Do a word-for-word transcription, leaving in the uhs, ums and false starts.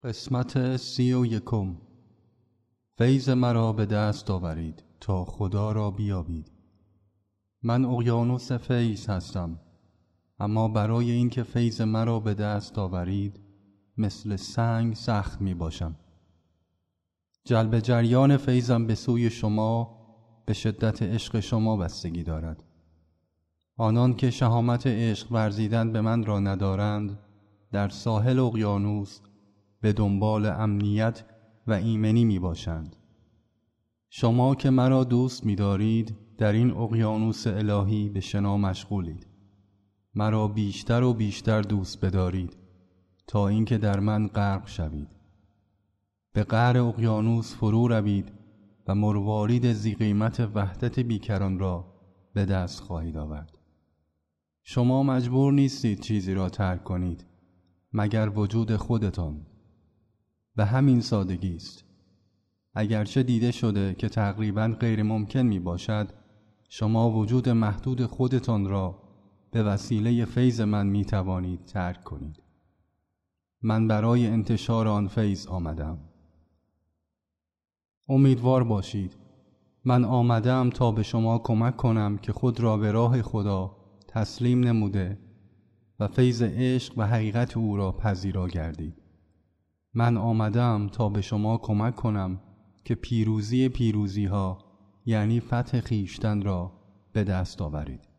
قسمت سی و یکم. فیض مرا به دست آورید تا خدا را بیابید. من اقیانوس فیض هستم، اما برای اینکه فیض مرا به دست آورید مثل سنگ سخت می باشم. جلب جریان فیضم به سوی شما به شدت عشق شما بستگی دارد. آنان که شهامت عشق ورزیدن به من را ندارند در ساحل اقیانوس به دنبال امنیت و ایمنی می باشند. شما که مرا دوست می دارید در این اقیانوس الهی به شنا مشغولید. مرا بیشتر و بیشتر دوست بدارید تا اینکه در من غرق شوید. به قعر اقیانوس فرو روید و مروارید ذی قیمت وحدت بیکران را به دست خواهید آورد. شما مجبور نیستید چیزی را ترک کنید مگر وجود خودتان. به همین سادگی است. اگرچه دیده شده که تقریباً غیر ممکن می باشد شما وجود محدود خودتان را به وسیله فیض من می توانید ترک کنید. من برای انتشار آن فیض آمدم. امیدوار باشید. من آمدم تا به شما کمک کنم که خود را به راه خدا تسلیم نموده و فیض عشق و حقیقت او را پذیرا گردید. من آمدم تا به شما کمک کنم که پیروزی پیروزی ها یعنی فتح خویشتن را به دست آورید.